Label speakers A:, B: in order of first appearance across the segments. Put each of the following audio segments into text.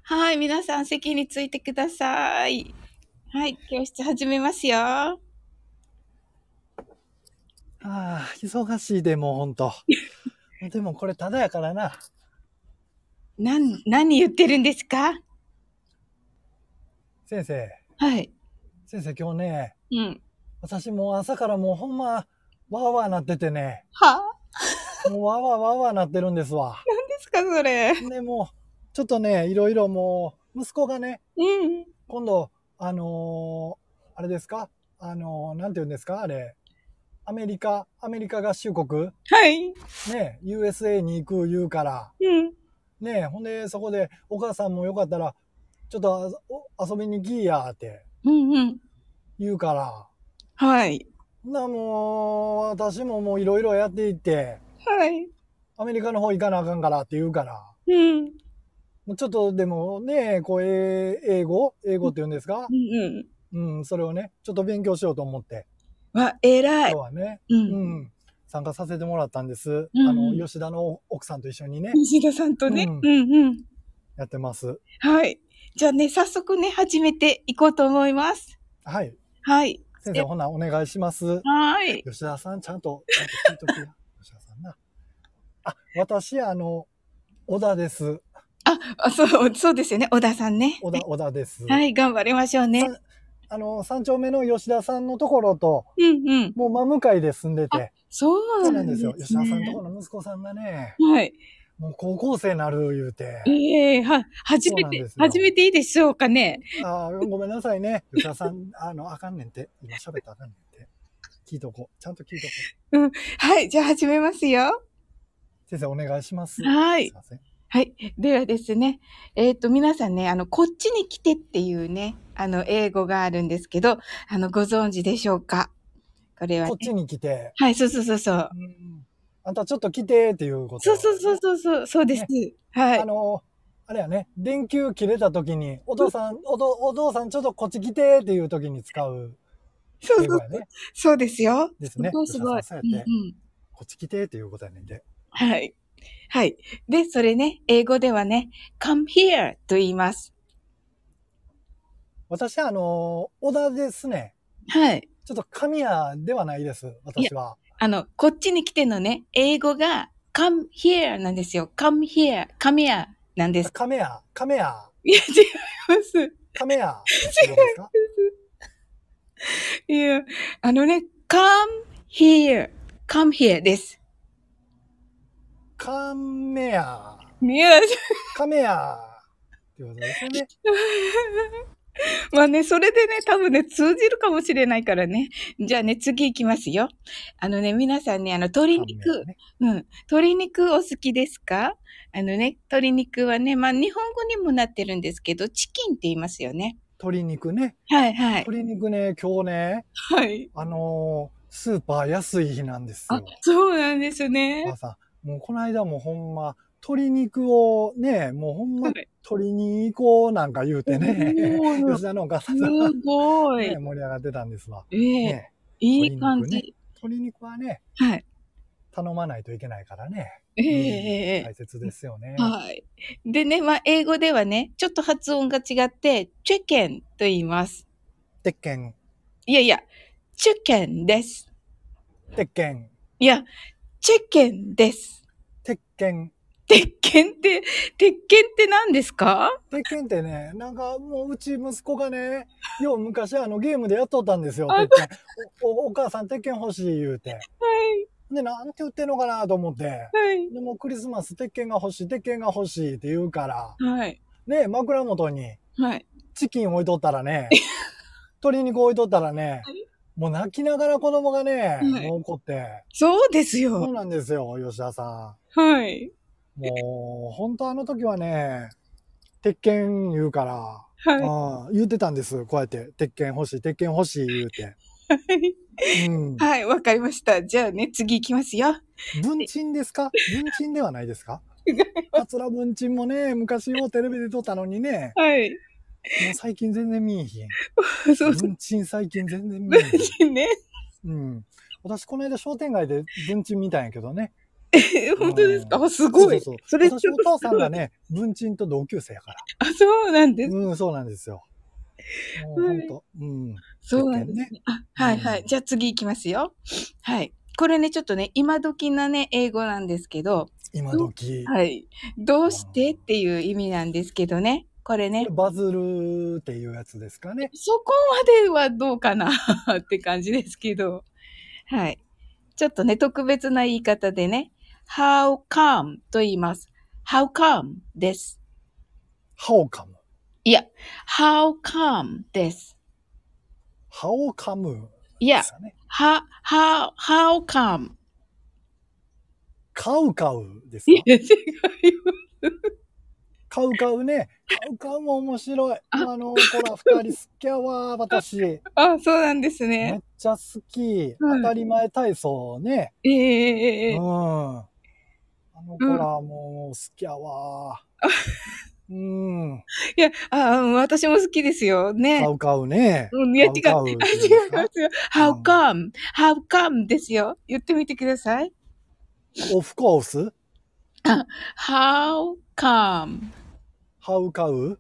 A: はい、皆さん席についてください。はい、教室始めますよ。
B: ああ、忙しいでもうほんと。でもこれただやからな。
A: 何言ってるんですか？
B: 先生、
A: はい。
B: 先生今日ね、
A: うん。
B: 私もう朝からもうほんま、わーわーなっててね、
A: は？
B: もうわーわーわーわーなってるんですわ。
A: 何ですか、それ。
B: で、もう、ちょっとね、いろいろもう、息子がね、
A: うん。
B: 今度、あれですかなんて言うんですかあれ、アメリカ合衆国
A: はい。
B: ね、USA に行く言うから、
A: うん。
B: ね、ほんで、そこでお母さんもよかったら、ちょっと遊びに来いやって
A: うんうん。
B: 言うから、
A: はい。
B: もう、私ももういろいろやっていって、
A: はい。
B: アメリカの方行かなあかんからって言うから、
A: うん。
B: もうちょっとでもね、こう、英語って言うんですか？
A: うん
B: うん、それをね、ちょっと勉強しようと思って、
A: うん。わ、偉い。
B: 今日はね、
A: うん。
B: うん、参加させてもらったんです。
A: うんうん。
B: 吉田の奥さんと一緒にね、
A: 西田さんとね。
B: うん、
A: うんうん。
B: やってます。
A: はい。じゃあね、早速ね、始めていこうと思います。
B: はい。
A: はい。
B: 先生、ほな、お願いします。
A: はい。
B: 吉田さん、ちゃんと聞いときや。吉田さんな。あ、私、小田です。
A: そうですよね。小田さんね。
B: 小田です。
A: はい、頑張りましょうね。
B: 三丁目の吉田さんのところと、
A: うんうん。
B: もう真向かいで住んで
A: あ、
B: て、
A: そうなん
B: そうなんですよ。
A: です
B: 吉田さんのとこ
A: ね。
B: ろの息子さんがね、
A: はい。
B: もう高校生なる言うて、
A: ええ
B: そうなんです
A: 初め
B: よ。
A: ていいでしょうかね。
B: ごめんなさいね。吉田さん、あかんねんて。今喋ったらあかんねんて。聞いとこう。ちゃんと聞いとこ
A: うん。はい、じゃあ始めますよ。
B: う。先生、お願いします。
A: はい。
B: すいません。
A: はい。ではですね、皆さんね、こっちに来てっていうね、英語があるんですけど、ご存知でしょうか？これはね。
B: こっちに来て、
A: はい、そうそうそうそう。
B: うん、あんたちょっと来てっていうこ
A: そうそうそう
B: とね。
A: そうそう、そうです。
B: ね。
A: はい。
B: あの、あれやね、電球切れた時に、お父さんちょっとこっち来てっていう時に使う
A: そうそうそう。
B: 英語やね。
A: そうですよ。す
B: ですね。吉田さん、
A: ごいすごい。うんう
B: そうやって、
A: ん。
B: こっち来てっていうことやねんで。
A: はい。はい。で、それね、英語ではね、come here と言います。
B: 私、小田ですね。
A: はい。
B: ちょっと神谷ではないです、
A: いや、
B: 私は。
A: こっちに来てのね、英語が come here なんですよ。come come here なんです。
B: 亀屋、
A: いや、違います。
B: 亀屋ってことですか？
A: いや、come come here です。
B: 亀屋、
A: いや、
B: 亀屋ってことですよね。
A: まあね、それでね、多分ね、通じるかもしれないからね。じゃあね、次行きますよ。皆さんね、鶏肉、
B: 亀屋ね。
A: うん、鶏肉お好きですか？鶏肉はね、まあ、日本語にもなってるんですけど、チキンって言いますよね。
B: 鶏肉ね。
A: はいはい。
B: 鶏肉ね、今日ね、
A: はい。
B: スーパー安い日なんです
A: あ、
B: よ。
A: そうなんですね。
B: お母さん、もうこの間もほんま、鶏肉をね、もうほんま、
A: はい。
B: 鶏に行こうなんか言うてね、
A: おー、
B: 吉田のお母
A: す
B: さんとね、
A: ごい。
B: 盛り上がってたんですわ。
A: ええ、
B: ね、
A: いい
B: 鶏肉ね。
A: 感じ。
B: 鶏肉はね、
A: はい。
B: 頼まないといけないからね。
A: ええ
B: うん、
A: えええ
B: 大切ですよ
A: え。
B: ね。
A: はい。でね、まあ、英語ではね、ちょっと発音が違って、チェケンと言います。
B: 鉄拳、
A: いやいや、チェケンです。
B: 鉄拳、
A: いや、チェケンです。
B: 鉄拳。
A: 鉄拳って何ですか？
B: 鉄拳ってね、なんかもううち息子がね、よう昔ゲームでやっとったんですよ、
A: あ、は
B: 鉄拳。お母さん鉄拳欲しい言うて。
A: い、
B: で、なんて言ってんのかなと思って。
A: はい、
B: でもクリスマス鉄拳が欲しい、鉄拳が欲しいって言うから、
A: はい、
B: ね、枕元に
A: はい。
B: チキン置いとったらね、鶏肉置いとったらね、もう泣きながら子供がね、
A: はい。
B: もう怒って。
A: そうですよ。
B: そうなんですよ、吉田さ
A: はい。
B: ん。もう、本当あの時はね、鉄拳言うから、
A: はい。
B: 言ってたんです。こうやって、鉄拳欲しい、鉄拳欲しい言うて。
A: はい。
B: うん。
A: はい、わかりました。じゃあね、次行きますよ。
B: 文鎮ですか？文鎮ではないですか？桂文鎮もね、昔ようテレビで撮ったのにね、
A: はい。
B: もう最近全然見えひん。
A: そうそう。
B: 文鎮最近全然見
A: 無
B: えひん。
A: 事ね。
B: うん。私、この間商店街で文鎮見たんやけどね。
A: 本当ですか？すごい。
B: そうそうそう。
A: それ
B: 私、お父さんがね、文鎮と同級生やから。
A: あ、そうなんです。
B: そうなんですよ。もう
A: はい。
B: ほんと、
A: そうなんです
B: ね。
A: ね。あ、はいはい。じゃあ次行きますよ。はい。これね、ちょっとね、今時なね、英語なんですけど、
B: 今時。
A: はい。どう
B: うん
A: してっていう意味なんですけどね。これね。
B: これバズるっていうやつですかね。
A: そこまではどうかなって感じですけど。はい。ちょっとね、特別な言い方でね。how come と言います。how come です。
B: 歯を噛む。
A: いや、how come です。
B: 歯を噛む
A: いや、
B: ですかね。
A: how come
B: カウカウですか？
A: いや、違います。
B: カウカウね。カウカウも面白い。
A: あ、
B: あの子ら二人好きやわ、私。
A: あ、そうなんですね。
B: めっちゃ好き。当
A: はい。
B: たり前体操ね。
A: ええええええ。
B: あの
A: うん。
B: 子らもう好きやわ。うん。
A: いや、私も好きですよ。ね。
B: カウカウね。
A: うん、いや、違う。
B: カウカウって言うんですか？
A: 違いますよ。
B: う
A: how
B: ん。
A: come?how come ですよ。言ってみてください。
B: オフコース
A: あ、how come?
B: ハウカウ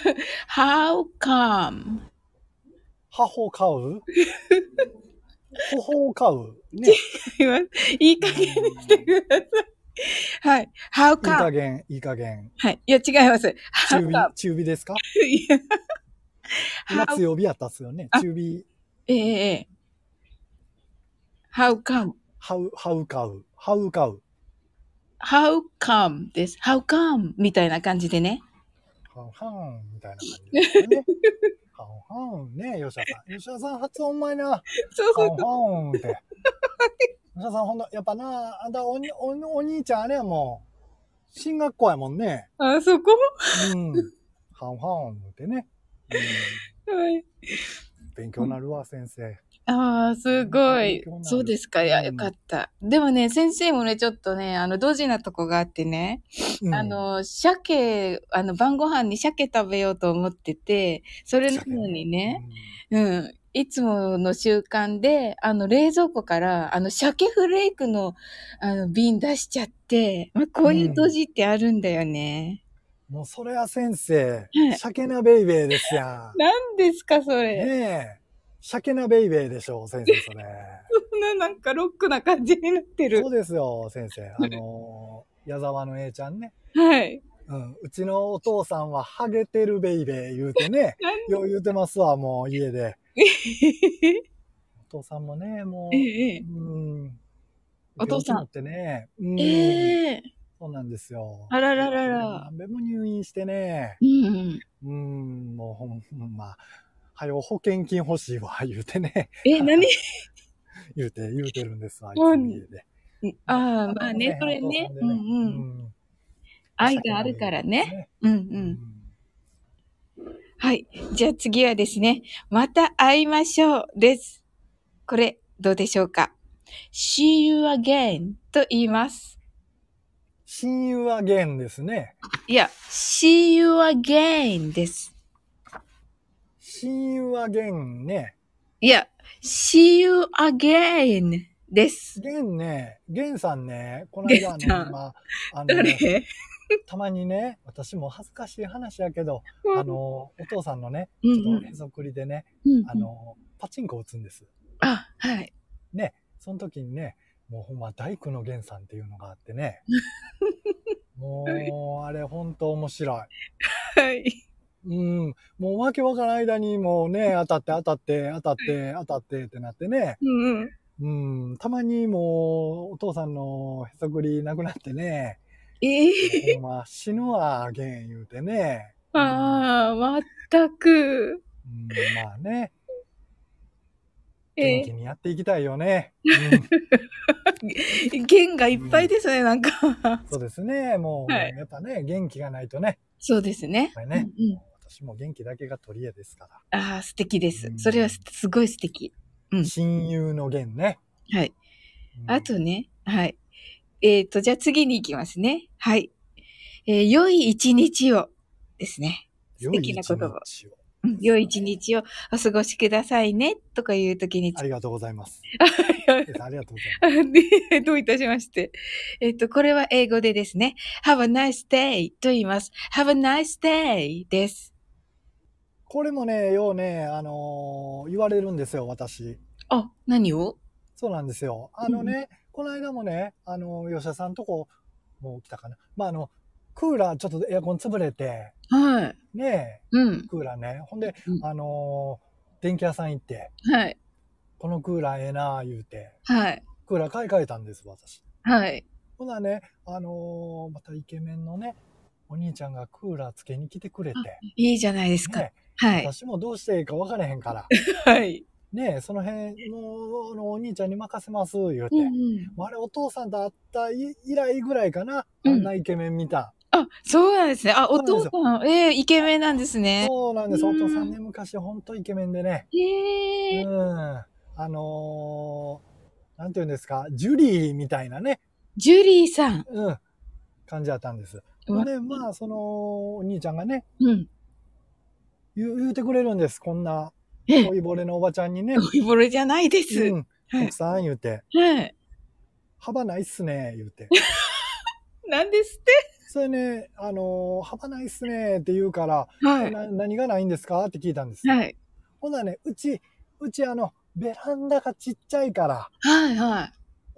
A: how come?
B: ハホカウホホカウね。
A: いい加減にしてください。はい。how
B: いい
A: come?
B: 加減、いい加減。
A: はい。いや、違います。how
B: 中火ですか？
A: come? いや、
B: 今
A: how,
B: 強火やったっすよね。
A: あ、
B: 中火、
A: ええええ。how come?
B: ハウカウ。ハウカウ。
A: how come です。how come? みたいな感じでね。
B: ハンハンみたいな感じですかね。ハンハンね、吉田さん。吉田さん発音うまいな。
A: そうそう
B: ハンハンって。吉田さんほんと、やっぱな、あんたお兄ちゃんあれやもん。進学校やもんね。
A: あ、そこ
B: うん。ハンハンってね。
A: はい。
B: 勉強になるわ、先生。
A: ああ、すごい。
B: 勉強になる。
A: そうですか。いや、よかった。でもね、先生もね、ちょっとね、ドジなとこがあってね、
B: うん。
A: 鮭、晩ご飯に鮭食べようと思ってて、それなのに
B: 鮭ね。
A: ね、いつもの習慣で、冷蔵庫から、鮭フレークの、瓶出しちゃって、まあ、こういうド
B: うん。
A: ジってあるんだよね。
B: もうそれは先生、
A: はい。
B: 鮭なベイベーですや
A: 何ですか、そ
B: ん。
A: れ。
B: ねえ。鮭なベイベーでしょう、先生、それ。
A: そんななんかロックな感じになって
B: そう
A: る。
B: ですよ、先生。矢沢の A ちゃんね。
A: はい。
B: うちのお父さんはハゲてるベイベー言うてね。よう言うてますわ、もう家で。お父さんもね、
A: え
B: も
A: え、え
B: う、
A: え。お父さん。
B: 病気持ってね。
A: ええ。
B: そうなんですよ。
A: あららら
B: 病気で
A: ら。
B: 何べも入院してね。
A: うんうん。
B: もうまあ、はよ保険金欲しいわ、言うてね。
A: え、何
B: 言うてるんですわ、いつ
A: もう、
B: も家で。
A: あ
B: なか
A: あ、まあね、
B: なかもせへんお父さ
A: それね。
B: んでね。
A: うんうん。愛がある
B: 鮭鍋
A: からね。
B: ですね。
A: うんう
B: う
A: ん。
B: ん。
A: はい。じゃあ次はですね、また会いましょうです。これ、どうでしょうか？ see you again と言います。
B: 親友はゲンですね。
A: いや、see you again です。
B: 親友はゲンね。
A: いや、see you again です。
B: ゲンね、ゲンさんね、この
A: ゲ
B: 間
A: ンさん。
B: まあ、
A: 誰？
B: たまにね、私も恥ずかしい話やけど、お父さんのね、
A: うんうん。
B: ちょっとへそくりでね、
A: うんうん。
B: パチンコ打つんです。
A: あ、はい。
B: ね、その時にね、もうほんま大工の源さんっていうのがあってね、もう、あれほんと面白い。
A: はい。
B: もうわけわからん間にもうね、当たってってなってね、
A: うんうん。
B: たまにもうお父さんのへそくりなくなってね、
A: ええ
B: もうほんま死ぬわ、ゲン言うてね。
A: ああ、全く。
B: まあね、元気
A: ええ
B: にやっていきたいよね。
A: 弦がいっぱい
B: うん、
A: ですね、なんか。
B: そうですね。もう、
A: はい。
B: やっぱね、元気がないとね。
A: そうですね。
B: やっぱりね、
A: うんうん。
B: 私も元気だけが取り柄ですから。
A: ああ、素敵で
B: う
A: す。それは
B: ん、
A: すごい素敵。うん。
B: 親友の元ね。
A: はい。
B: うん、
A: あとね、はい。じゃあ次に行きますね。はい。良い一日をですね。素
B: 良い一
A: 敵な言葉。
B: 日を。
A: 良い一日をお過ごしくださいね、とかいう時に
B: ありがとうございます。先生ありがとうございます。
A: でどういたしまして。これは英語でですね、Have a nice day と言います。Have a nice day です。
B: これもね、ようね、言われるんですよ、私。
A: あ、何を？
B: そうなんですよ。この間もね、吉田さんとこ、もう来たかな。クーラー、ちょっとエアコン潰れて、
A: はい。
B: ね
A: うん。
B: クーラーね。ほんで、
A: うん
B: 電気屋さん行って、
A: はい。
B: このクーラーええな言うて、
A: はい。
B: クーラー買い替えたんです、私。
A: はい。
B: ほなね、またイケメンのね、お兄ちゃんがクーラーつけに来てくれ
A: あ、
B: て、
A: いいじゃないですか。
B: ね、
A: はい。
B: 私もどうしていいか分からへんから、
A: はい。
B: ね、その辺のお兄ちゃんに任せます、言う
A: うんう
B: て。
A: ん。
B: あれ、お父さんと会った以来ぐらいかな、
A: うん。
B: あんなイケメン見た。
A: あ、そうなんですね。あ、お
B: そうなんですよ。
A: 父さん、イケメンなんですね。
B: そうなん
A: う
B: です。お父さん
A: ーん。
B: ね、昔ほんとイケメンでね。う
A: へえ。
B: ん。なんていうんですか、ジュリーみたいなね、
A: ジュリーさん。
B: うん、感じだったんです。ほんで、その、お兄ちゃんがね、
A: うん。
B: 言うてくれるんです。こんな、
A: え、
B: 老いぼれのおばちゃんにね、
A: 老いぼれじゃないです。
B: うん、
A: はい。
B: 奥さん言うて、
A: はい。
B: 幅ないっすね、言うて。
A: なんですって？
B: それね、幅ないっすねって言うから、
A: はい。
B: 何がないんですかって聞いたんです。
A: はい。
B: ほんならね、うちベランダがちっちゃいから、
A: はいはい。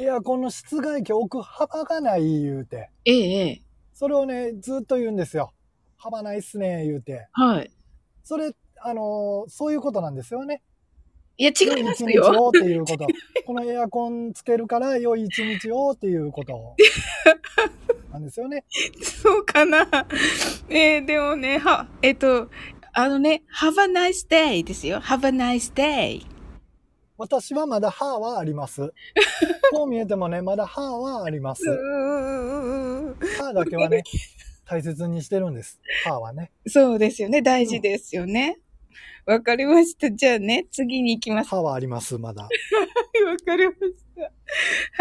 B: エアコンの室外機置く幅がない言うて、
A: ええええ。
B: それをね、ずっと言うんですよ。幅ないっすね、言うて。
A: はい。
B: それ、そういうことなんですよね。
A: いや、違
B: 良い一
A: いますよ。
B: 日をっていうこと。このエアコンつけるから良い一日をっていうことなんですよね。
A: そうかな。でもね、have a nice day ですよ。have a nice day。
B: 私はまだ歯はあります。こう見えてもね、まだ歯はありま
A: う
B: す。
A: ーん。
B: 歯だけはね、大切にしてるんです。歯はね。
A: そうですよね。大
B: うん。
A: 事ですよね。わかりました。じゃあね、次に行きます。
B: 歯はあります、まだ。
A: わかりました。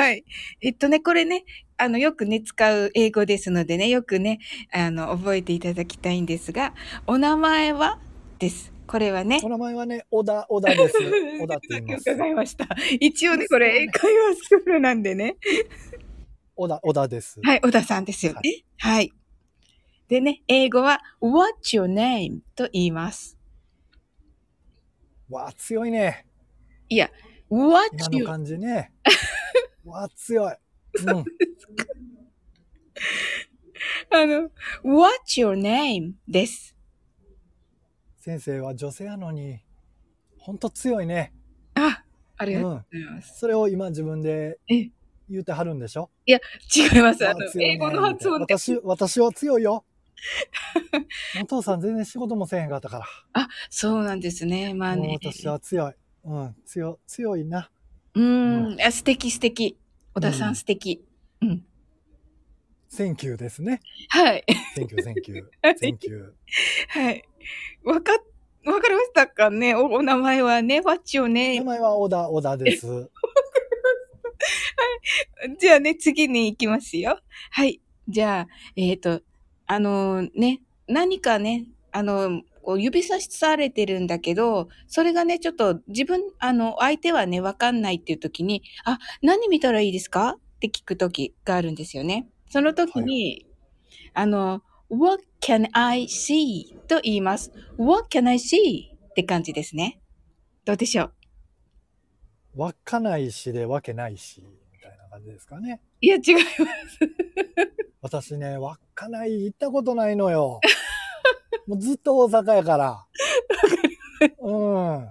A: はい。これね、よくね、使う英語ですのでね、よくね、覚えていただきたいんですが、お名前はです。これはね、
B: お名前はね、小田です。小田って言います。
A: 伺いました。一応ね、これ、英
B: 息子はね、
A: 会話スクールなんでね。
B: 小田です。
A: はい、小田さんですよね。
B: はい。
A: はい。でね、英語は What's your name? と言います。
B: わあ、強いね。
A: いや、What's
B: 今の
A: your,
B: 感じね。わあ、強い。うん。
A: What's your name? です。
B: 先生は女性やのに、ほんと強いね。
A: あ、ありがとう
B: うん。
A: ございます。
B: それを今自分で
A: え、
B: 言うてはるんでしょ？
A: いや、違います。
B: わあ、強い
A: 英語の
B: ね、言うて。
A: 発音って。
B: 私は強いよ。お父さん全然仕事もせえへんかったから。
A: あ、そうなんですね。まあ
B: もう
A: ね。
B: 私は強い。うん、強いな。うん。
A: 素敵素敵。小田さん
B: うん。
A: 素敵。うん。
B: センキューですね。
A: はい。
B: センキュー、センキュー。
A: はい。
B: センキュー。
A: はい。わかりましたかね？お名前はね、What's your
B: 名
A: name?
B: 前は小田です。
A: じゃあね、次に行きますよ。はい。じゃあ、ね、何かね、こう指差しされてるんだけど、それがね、ちょっと相手はね、わかんないっていう時に、あ、何見たらいいですかって聞く時があるんですよね。その時
B: はいはい。
A: に、What can I see? と言います。What can I see? って感じですね。どうでしょう？
B: 稚内市でわけないし、みたいな感じですかね。
A: いや、違います。
B: 私ね、稚内行ったことないのよ。もうずっと大阪やから。うん。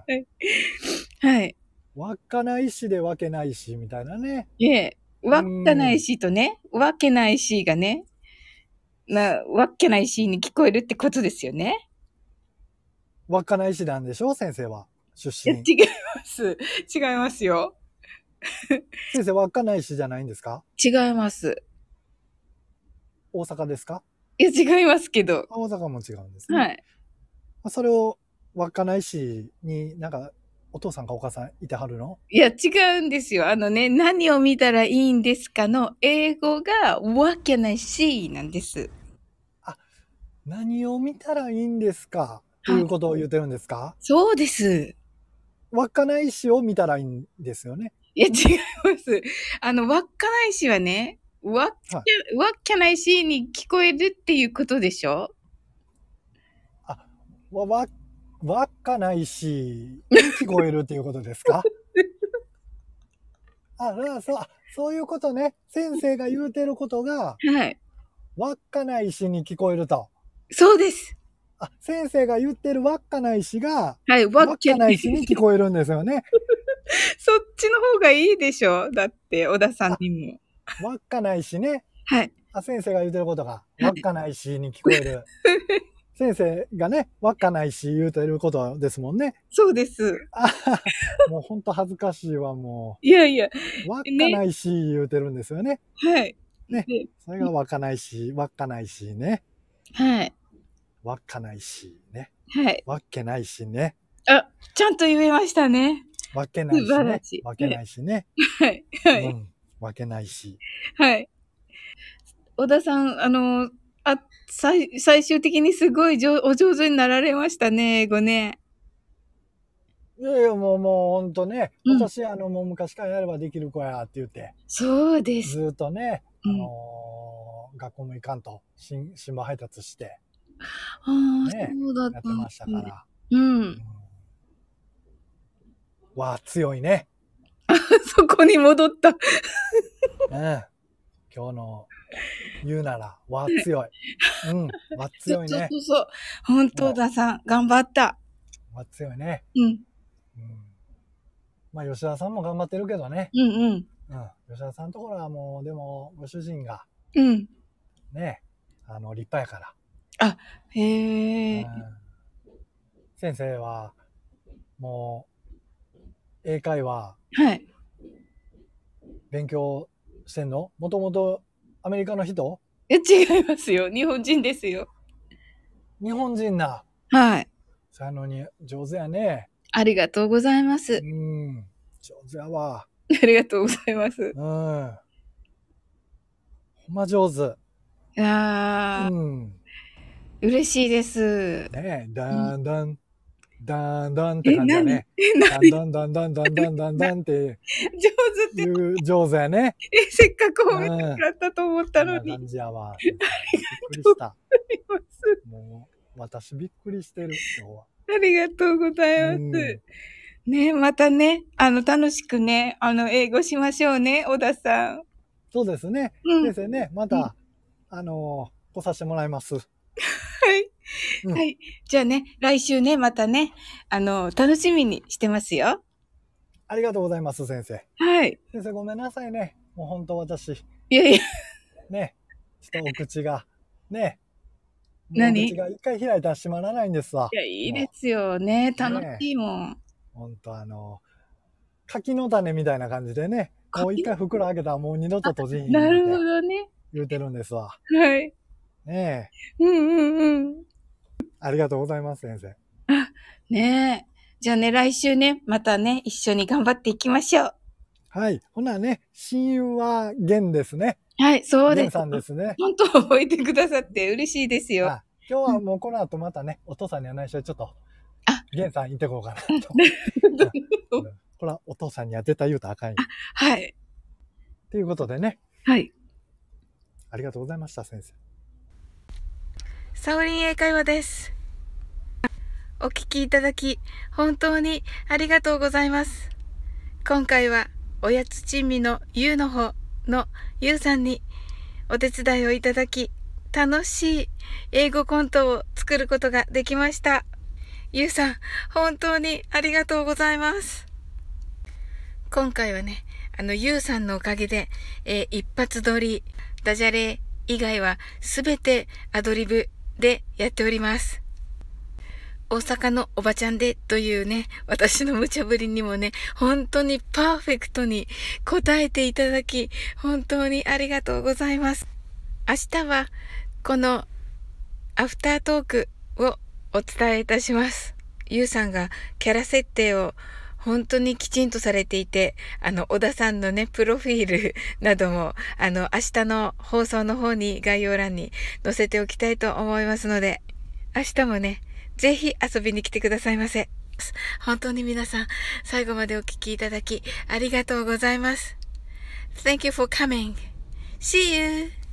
A: はい。はい。
B: 稚内市でわけないし、みたいなね。
A: いえ、
B: う
A: わっかない
B: ん。
A: しとね、わけないしがね、わっけないしに聞こえるってことですよね。
B: 稚内市なんでしょ先生は。出
A: いや、
B: 身。
A: 違います。違いますよ。
B: 先生、稚内市じゃないんですか？
A: 違います。
B: 大阪ですか？
A: いや、違いますけど。
B: 大阪も違うんですね。
A: はい。
B: それを稚内市になんか、お父さんかお母さんいてはるの？
A: いや、違うんですよ。何を見たらいいんですかの英語がわけないしなんです。
B: あ、何を見たらいいんですか？ っていうことを言ってるんですか？
A: そうです。
B: 稚内市を見たらいいんですよね。
A: いや、違います。稚内市はね、
B: はい。
A: 稚内市に聞こえるっていうことでしょ？
B: あ、稚内市に聞こえるっていうことですか？そういうことね。先生が言うてることが、
A: はい。
B: 稚内市に聞こえると。
A: そうです。
B: 先生が言ってる稚内市が、
A: はい、
B: 稚内市に聞こえるんですよね。
A: そっちの方がいいでしょ？だって、小田さんにも。
B: 稚内市ね。
A: はい。
B: 先生が言ってることが、稚内市に聞こえる。先生がね、稚内市言うてることですもんね。
A: そうです。
B: もうほんと恥ずかしいわ、も
A: いやいや、
B: う。稚
A: ね。
B: 内市言うてるんですよね。
A: はい。
B: ね。
A: で、
B: それが稚内市ね。
A: はい。
B: 稚内市ね。
A: はい。
B: わっけないしね。
A: ちゃんと言えましたね。
B: わけない
A: 素
B: しね。
A: 晴らしい。
B: わけないしね。
A: はい。はい。
B: うん。わけないし。
A: はい。小田さん、最終的にすごいお上手になられましたね、英語ね。
B: いやいや、もうほんとね。
A: うん。
B: 私、もう昔からやればできる子やって言って、
A: そうです。
B: ずっとね、
A: うん。
B: 学校も行かんと、新聞配達して、
A: ああ、
B: ね、
A: そうだったんで
B: やってました
A: すね。
B: から。
A: う
B: うん
A: ん。
B: わあ、強いね。
A: そこに戻った。
B: うん。今日の言うなら、わあ、強い。うん。わ強いね。
A: そう。本当ださん、頑張った。
B: わ強いね。
A: うん。
B: うん。まあ、吉田さんも頑張ってるけどね。
A: うんうん。
B: うん。吉田さんのところはもう、でも、ご主人が、
A: うん。
B: ね、立派やから。
A: へえ。
B: 先生は、もう、英会話、
A: はい。
B: 勉強してんの？もともとアメリカの人？
A: 違いますよ。日本人ですよ。
B: 日本人な。
A: はい。
B: そうやのに、上手やね。
A: ありがとうございます。
B: 上手やわ。
A: ありがとうございます。
B: ほんま上手。
A: 嬉しいです。
B: ねえ、だんだんって感じだね。だんだんって
A: 上手って。
B: 上手やね。
A: せっかく褒めてもらったと思ったのに。
B: こんな感じやわ。
A: びっくりした。
B: もう、私びっくりしてる、今日は。
A: ありがとうございます。ね、またね、楽しくね、英語しましょうね、小田さん。
B: そうですね。先生ね、また、来させてもらいます。
A: はい。はい。じゃあね、来週ね、またね、楽しみにしてますよ。
B: ありがとうございます、先生。
A: はい。
B: 先生ごめんなさいね。もう本当私。
A: いやいや。
B: ね、ちょっとお口が、ね。
A: 何？
B: お口が一回開いたら閉まらないんですわ。
A: いや、いいですよね。楽しいもん。
B: 本当柿の種みたいな感じでね、もう一回袋開けたらもう二度と閉じひん。
A: なるほどね。
B: 言うてるんですわ。
A: はい。
B: ね
A: え。うん。
B: ありがとうございます、先生。
A: ねえ。じゃあね、来週ね、またね、一緒に頑張っていきましょう。
B: はい。ほなね、親友は源ですね。
A: はい、そうです。
B: 源さんですね。
A: 本当覚えてくださって嬉しいですよ。
B: 今日はもうこの後またね、お父さんには内緒でちょっと、源さん行ってこうかなと。これはお父さんには絶対言うとあかんよ。
A: はい。
B: ということでね。
A: はい。
B: ありがとうございました、先生。
A: サオリン英会話です。お聞きいただき、本当にありがとうございます。今回は、おやつ珍味のゆうの方のゆうさんにお手伝いをいただき、楽しい英語コントを作ることができました。ゆうさん、本当にありがとうございます。今回はね、ゆうさんのおかげで、一発撮り、ダジャレ以外はすべてアドリブでやっております。大阪のおばちゃんでというね、私の無茶ぶりにもね、本当にパーフェクトに答えていただき、本当にありがとうございます。明日は、このアフタートークをお伝えいたします。ゆうさんがキャラ設定を本当にきちんとされていて、小田さんのね、プロフィールなども、明日の放送の方に概要欄に載せておきたいと思いますので、明日もね、 ぜひ遊びに来てくださいませ。本当に皆さん、最後までお聞きいただき、ありがとうございます。Thank you for coming. See you!